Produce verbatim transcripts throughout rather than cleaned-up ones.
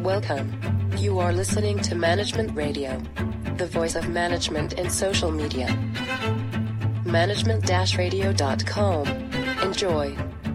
Welcome. You are listening to Management Radio, the voice of management in social media. management dash radio dot com. Enjoy.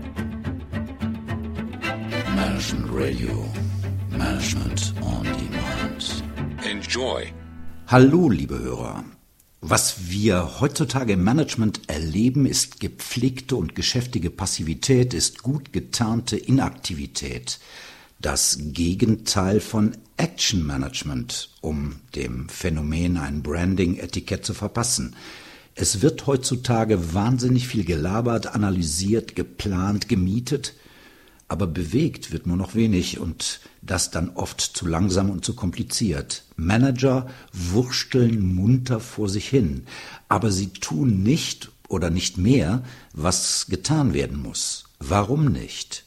Management Radio. Management on Demand. Enjoy. Hallo, liebe Hörer. Was wir heutzutage im Management erleben, ist gepflegte und geschäftige Passivität, ist gut getarnte Inaktivität. Das Gegenteil von Action Management, um dem Phänomen ein Branding-Etikett zu verpassen. Es wird heutzutage wahnsinnig viel gelabert, analysiert, geplant, gemietet, aber bewegt wird nur noch wenig und das dann oft zu langsam und zu kompliziert. Manager wursteln munter vor sich hin, aber sie tun nicht oder nicht mehr, was getan werden muss. Warum nicht?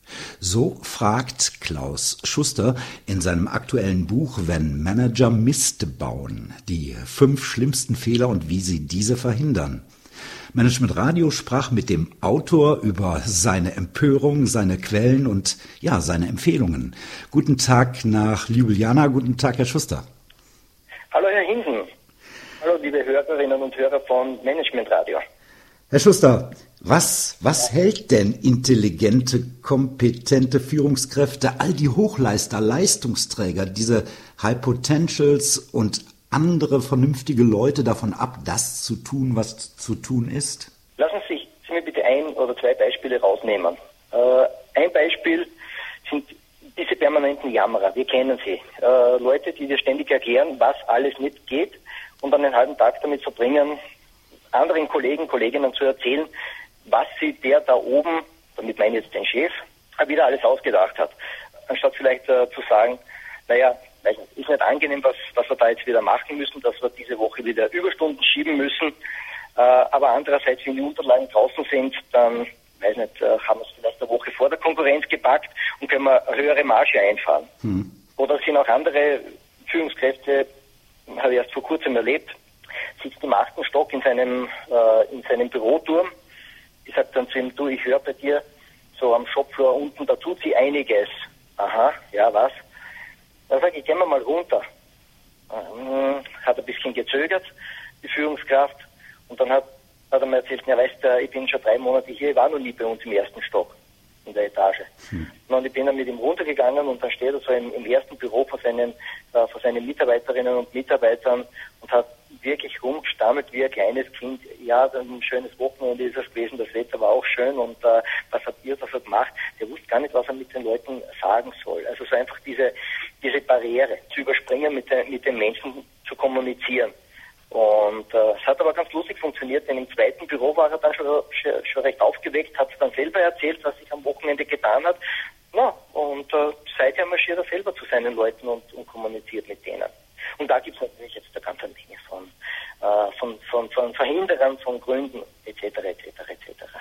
So fragt Klaus Schuster in seinem aktuellen Buch Wenn Manager Mist bauen, die fünf schlimmsten Fehler und wie sie diese verhindern. Management Radio sprach mit dem Autor über seine Empörung, seine Quellen und ja, seine Empfehlungen. Guten Tag nach Ljubljana, guten Tag, Herr Schuster. Hallo, Herr Hinsen. Hallo, liebe Hörerinnen und Hörer von Management Radio. Herr Schuster, was, was hält denn intelligente, kompetente Führungskräfte, all die Hochleister, Leistungsträger, diese High Potentials und andere vernünftige Leute davon ab, das zu tun, was zu tun ist? Lassen Sie, Sie mir bitte ein oder zwei Beispiele rausnehmen. Äh, ein Beispiel sind diese permanenten Jammerer, wir kennen sie. Äh, Leute, die dir ständig erklären, was alles nicht geht und dann einen halben Tag damit verbringen, anderen Kollegen, Kolleginnen zu erzählen, was sie der da oben, damit meine ich jetzt den Chef, wieder alles ausgedacht hat. Anstatt vielleicht äh, zu sagen, naja, ist nicht angenehm, was, was wir da jetzt wieder machen müssen, dass wir diese Woche wieder Überstunden schieben müssen. Äh, aber andererseits, wenn die Unterlagen draußen sind, dann, weiß nicht, äh, haben wir es vielleicht eine Woche vor der Konkurrenz gepackt und können wir eine höhere Marge einfahren. Hm. Oder sind auch andere Führungskräfte, habe ich erst vor kurzem erlebt, sitzt im achten Stock in seinem, äh, in seinem Büroturm. Ich sage dann zu ihm, du, ich höre bei dir so am Shopfloor unten, da tut sie einiges. Aha, ja, was? Dann sage ich, gehen wir mal runter. Ähm, hat ein bisschen gezögert, die Führungskraft. Und dann hat, hat er mir erzählt, ja, weißt du, ich bin schon drei Monate hier, ich war noch nie bei uns im ersten Stock, in der Etage. Hm. Und ich bin dann mit ihm runtergegangen und dann steht er so im, im ersten Büro vor seinen, äh, vor seinen Mitarbeiterinnen und Mitarbeitern und hat wirklich rumgestammelt wie ein kleines Kind. Ja, ein schönes Wochenende ist es gewesen, das Wetter war auch schön und äh, was habt ihr da so gemacht? Der wusste gar nicht, was er mit den Leuten sagen soll. Also so einfach diese diese Barriere zu überspringen, mit den, mit den Menschen zu kommunizieren. Und äh, es hat aber ganz lustig funktioniert, denn im zweiten Büro war er dann schon, schon, schon recht aufgeweckt, hat es dann selber erzählt, was sich am Wochenende getan hat. Na, und äh, seither marschiert er selber zu seinen Leuten und, und kommuniziert mit denen. Und da gibt es natürlich jetzt eine ganze Menge von, äh, von, von, von Verhinderern, von Gründen, et cetera, et cetera, et cetera.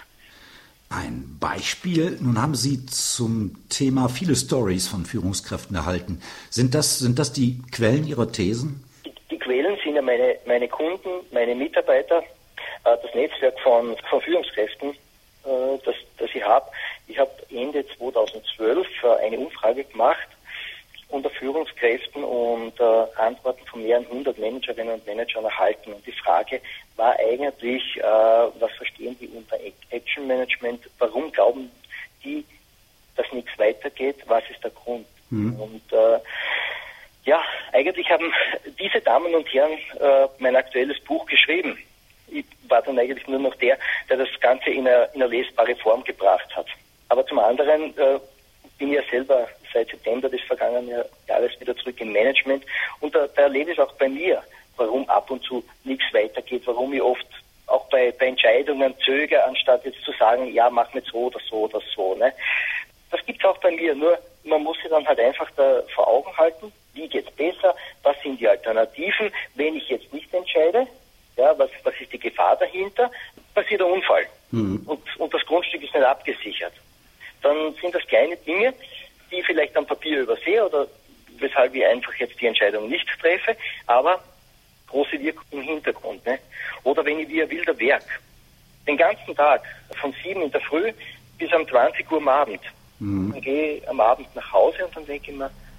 Ein Beispiel, nun haben Sie zum Thema viele Stories von Führungskräften erhalten. Sind das, sind das die Quellen Ihrer Thesen? Die, die Quellen sind ja meine, meine Kunden, meine Mitarbeiter, äh, das Netzwerk von, von Führungskräften, äh, das, das ich habe. Ich habe Ende zweitausendzwölf äh, eine Umfrage gemacht unter Führungskräften und äh, Antworten von mehreren hundert Managerinnen und Managern erhalten. Und die Frage war eigentlich, äh, was verstehen die unter Action Management? Warum glauben die, dass nichts weitergeht? Was ist der Grund? Mhm. Und äh, ja, eigentlich haben diese Damen und Herren äh, mein aktuelles Buch geschrieben. Ich war dann eigentlich nur noch der, der das Ganze in eine, in eine lesbare Form gebracht hat. Aber zum anderen äh, bin ja selber seit September des vergangenen Jahres wieder zurück im Management und da, da erlebe ich auch bei mir, warum ab und zu nichts weitergeht, warum ich oft auch bei, bei Entscheidungen zögere, anstatt jetzt zu sagen, ja, mach nicht so oder so oder so. Ne? Das gibt es auch bei mir, nur man muss sich dann halt einfach da vor Augen halten, wie geht's besser, was sind die Alternativen, wenn ich jetzt nicht entscheide, ja, was, was ist die Gefahr dahinter, passiert ein Unfall mhm. und, und das Grundstück ist nicht abgesichert. Dann sind das kleine Dinge, die ich vielleicht am Papier übersehe oder weshalb ich einfach jetzt die Entscheidung nicht treffe, aber große Wirkung im Hintergrund. Ne? Oder wenn ich wie ein wilder Werk den ganzen Tag von sieben in der Früh bis um zwanzig Uhr am Abend, mhm. dann gehe ich am Abend nach Hause und dann denke ich mir,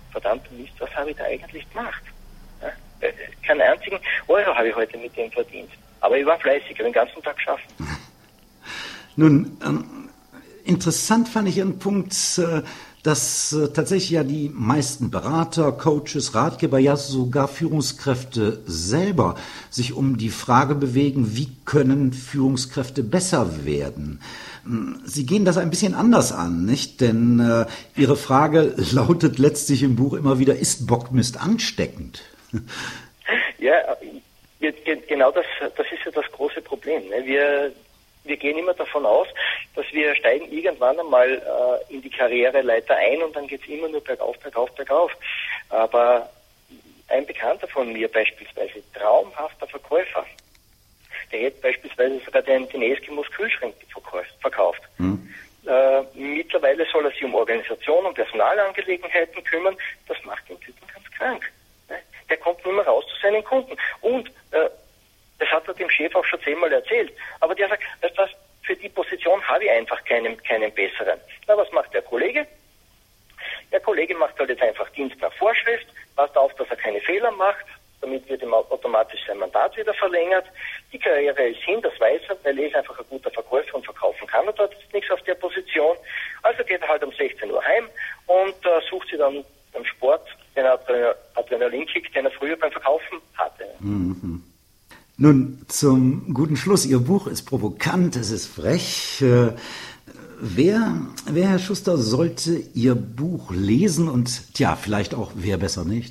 verdammt Mist, was habe ich da eigentlich gemacht? Ja? Keinen einzigen Euro habe ich heute mit dem verdient. Aber ich war fleißig, ich habe den ganzen Tag geschafft. Nun, ähm, interessant fand ich einen Punkt, äh, dass äh, tatsächlich ja die meisten Berater, Coaches, Ratgeber, ja sogar Führungskräfte selber sich um die Frage bewegen, wie können Führungskräfte besser werden. Sie gehen das ein bisschen anders an, nicht? Denn äh, Ihre Frage lautet letztlich im Buch immer wieder, ist Bockmist ansteckend? Ja, genau das, das ist ja das große Problem. Ne? Wir, wir gehen immer davon aus, dass wir steigen irgendwann einmal äh, in die Karriereleiter ein und dann geht es immer nur bergauf, bergauf, bergauf. Aber ein Bekannter von mir beispielsweise, traumhafter Verkäufer, der hätte beispielsweise sogar den, den Eskimos Kühlschränke verkauft. Mhm. Äh, mittlerweile soll er sich um Organisation und Personalangelegenheiten kümmern. Das macht den Typen ganz krank. Ne? Der kommt nicht mehr raus zu seinen Kunden. Und äh, das hat er dem Chef auch schon zehnmal erzählt. Aber der sagt, weißt du was, für die Position habe ich einfach keinen, keinen besseren. Na, was macht der Kollege? Der Kollege macht halt jetzt einfach Dienst nach Vorschrift, passt auf, dass er keine Fehler macht, damit wird ihm automatisch sein Mandat wieder verlängert. Die Karriere ist hin, das weiß er, weil er ist einfach ein guter Verkäufer und verkaufen kann er dort nichts auf der Position. Also geht er halt um sechzehn Uhr heim und äh, sucht sich dann beim Sport den Adrenalinkick, den er früher beim Verkaufen hatte. Mhm. Nun, zum guten Schluss. Ihr Buch ist provokant, es ist frech. Äh, wer, wer, Herr Schuster, sollte Ihr Buch lesen und, tja, vielleicht auch, wer besser nicht?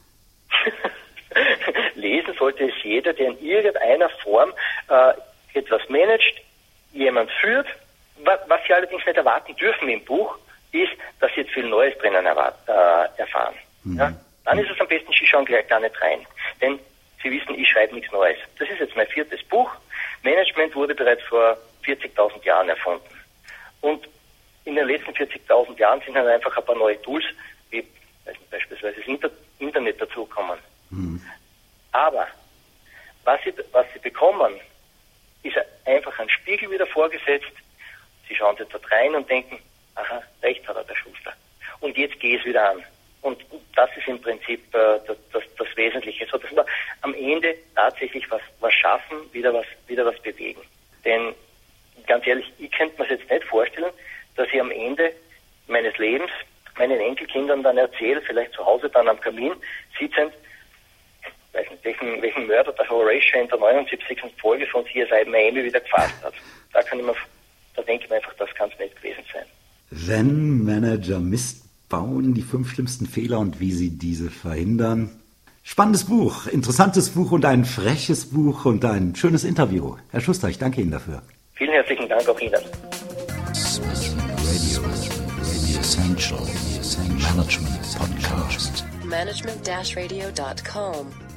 Lesen sollte es jeder, der in irgendeiner Form äh, etwas managt, jemand führt. Was, was Sie allerdings nicht erwarten dürfen im Buch, ist, dass Sie jetzt viel Neues drinnen erwart, äh, erfahren. Mhm. Ja? Dann ist es am besten, Sie schauen gleich gar nicht rein. Denn Sie wissen, ich schreibe nichts Neues. Das ist jetzt mein viertes Buch. Management wurde bereits vor vierzigtausend Jahren erfunden. Und in den letzten vierzigtausend Jahren sind dann einfach ein paar neue Tools, wie beispielsweise das Internet dazugekommen. Mhm. Aber was Sie, was Sie bekommen, ist einfach ein Spiegel wieder vorgesetzt. Sie schauen jetzt dort rein und denken, aha, recht hat er, der Schuster. Und jetzt gehe ich es wieder an. Und das ist im Prinzip äh, das, das, das Wesentliche, so dass wir am Ende tatsächlich was, was schaffen, wieder was, wieder was bewegen. Denn ganz ehrlich, ich könnte mir jetzt nicht vorstellen, dass ich am Ende meines Lebens meinen Enkelkindern dann erzähle, vielleicht zu Hause dann am Kamin sitzend, weiß nicht, welchen, welchen Mörder der Horatio in der neunundsiebzigsten Folge von C S I Miami wieder gefasst hat. Da kann ich mir, da denke ich mir einfach, das kann es nicht gewesen sein. Wenn Manager Mist bauen, die fünf schlimmsten Fehler und wie sie diese verhindern. Spannendes Buch, interessantes Buch und ein freches Buch und ein schönes Interview. Herr Schuster, ich danke Ihnen dafür. Vielen herzlichen Dank auch Ihnen. Radio, Radio Essential, Management Podcast. management dash radio dot com